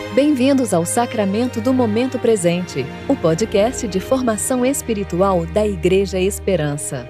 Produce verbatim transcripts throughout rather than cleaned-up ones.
Bem-vindos ao Sacramento do Momento Presente, o podcast de formação espiritual da Igreja Esperança.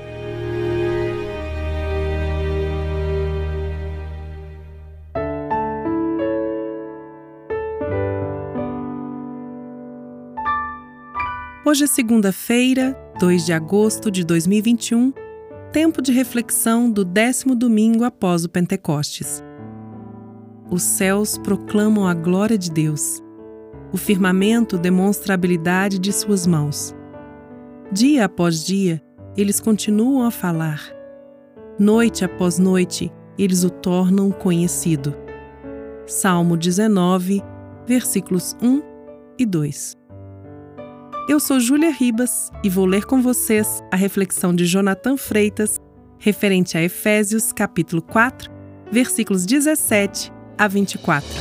Hoje é segunda-feira, dois de agosto de dois mil e vinte e um, tempo de reflexão do décimo domingo após o Pentecostes. Os céus proclamam a glória de Deus. O firmamento demonstra a habilidade de suas mãos. Dia após dia, eles continuam a falar. Noite após noite, eles o tornam conhecido. Salmo dezenove, versículos um e dois. Eu sou Júlia Ribas e vou ler com vocês a reflexão de Jonathan Freitas, referente a Efésios, capítulo quatro, versículos dezessete a vinte e quatro.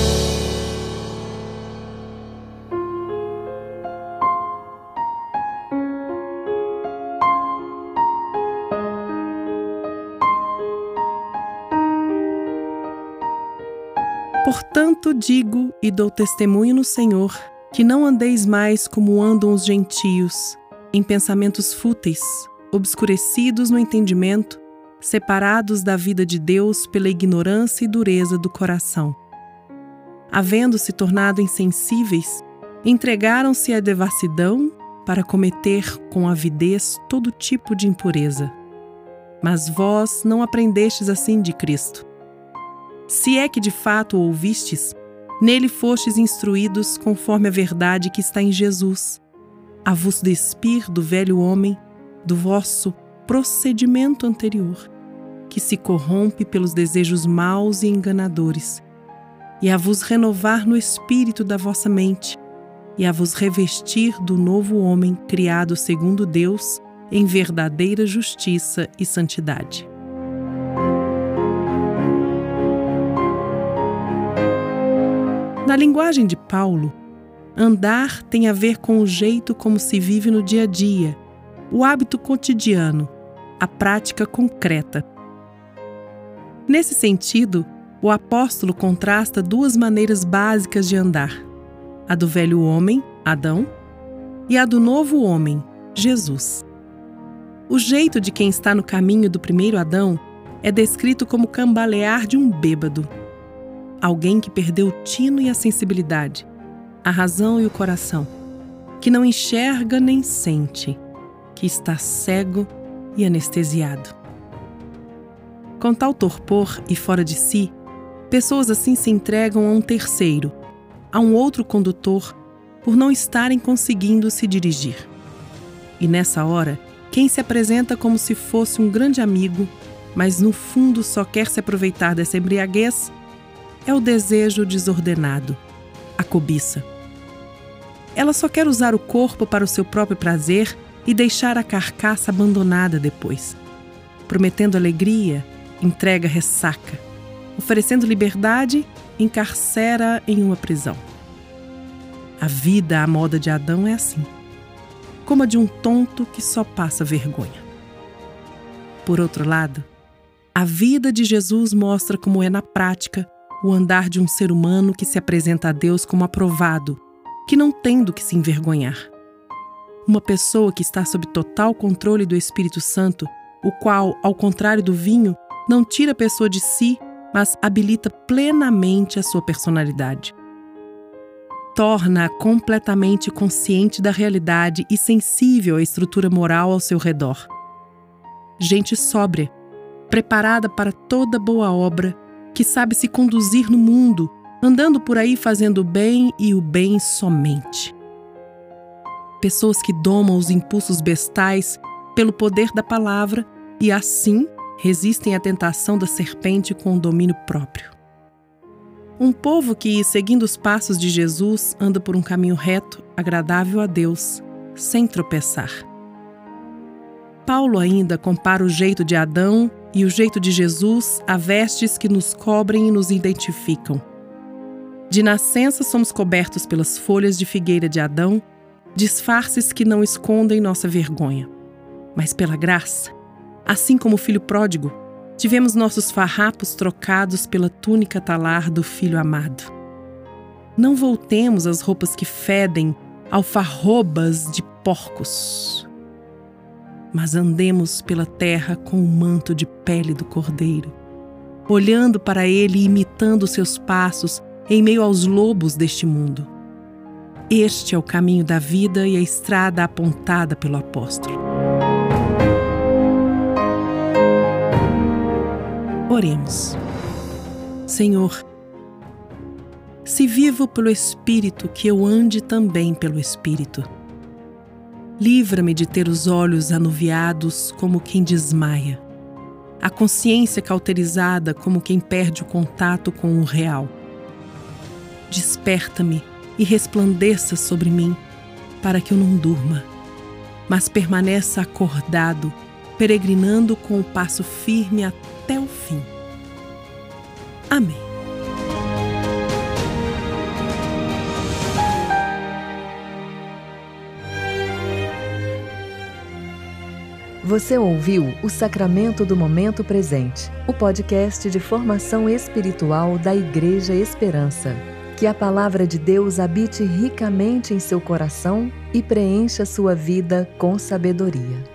Portanto, digo e dou testemunho no Senhor, que não andeis mais como andam os gentios, em pensamentos fúteis, obscurecidos no entendimento, separados da vida de Deus pela ignorância e dureza do coração. Havendo-se tornado insensíveis, entregaram-se à devassidão para cometer com avidez todo tipo de impureza. Mas vós não aprendestes assim de Cristo. Se é que de fato o ouvistes, nele fostes instruídos conforme a verdade que está em Jesus, a vos despir do velho homem, do vosso procedimento anterior, que se corrompe pelos desejos maus e enganadores, e a vos renovar no espírito da vossa mente, e a vos revestir do novo homem criado segundo Deus, em verdadeira justiça e santidade. Na linguagem de Paulo, andar tem a ver com o jeito como se vive no dia a dia, o hábito cotidiano, a prática concreta. Nesse sentido, o apóstolo contrasta duas maneiras básicas de andar: a do velho homem, Adão, e a do novo homem, Jesus. O jeito de quem está no caminho do primeiro Adão é descrito como cambalear de um bêbado. Alguém que perdeu o tino e a sensibilidade, a razão e o coração, que não enxerga nem sente, que está cego e anestesiado. Com tal torpor e fora de si, pessoas assim se entregam a um terceiro, a um outro condutor, por não estarem conseguindo se dirigir. E nessa hora, quem se apresenta como se fosse um grande amigo, mas no fundo só quer se aproveitar dessa embriaguez, é o desejo desordenado, a cobiça. Ela só quer usar o corpo para o seu próprio prazer e deixar a carcaça abandonada depois. Prometendo alegria, entrega ressaca. Oferecendo liberdade, encarcera em uma prisão. A vida à moda de Adão é assim, como a de um tonto que só passa vergonha. Por outro lado, a vida de Jesus mostra como é na prática o andar de um ser humano que se apresenta a Deus como aprovado, que não tem do que se envergonhar. Uma pessoa que está sob total controle do Espírito Santo, o qual, ao contrário do vinho, não tira a pessoa de si, mas habilita plenamente a sua personalidade. Torna-a completamente consciente da realidade e sensível à estrutura moral ao seu redor. Gente sóbria, preparada para toda boa obra, que sabe se conduzir no mundo, andando por aí fazendo o bem e o bem somente. Pessoas que domam os impulsos bestais pelo poder da palavra e, assim, resistem à tentação da serpente com o domínio próprio. Um povo que, seguindo os passos de Jesus, anda por um caminho reto, agradável a Deus, sem tropeçar. Paulo ainda compara o jeito de Adão e o jeito de Jesus a vestes que nos cobrem e nos identificam. De nascença somos cobertos pelas folhas de figueira de Adão, disfarces que não escondem nossa vergonha. Mas pela graça, assim como o filho pródigo, tivemos nossos farrapos trocados pela túnica talar do Filho amado. Não voltemos às roupas que fedem, alfarrobas de porcos, mas andemos pela terra com o manto de pele do cordeiro, olhando para ele e imitando seus passos em meio aos lobos deste mundo. Este é o caminho da vida e a estrada apontada pelo apóstolo. Oremos. Senhor, se vivo pelo Espírito, que eu ande também pelo Espírito. Livra-me de ter os olhos anuviados como quem desmaia, a consciência cauterizada como quem perde o contato com o real. Desperta-me e resplandeça sobre mim, para que eu não durma, mas permaneça acordado, peregrinando com o passo firme até o fim. Amém. Você ouviu o Sacramento do Momento Presente, o podcast de formação espiritual da Igreja Esperança. Que a palavra de Deus habite ricamente em seu coração e preencha sua vida com sabedoria.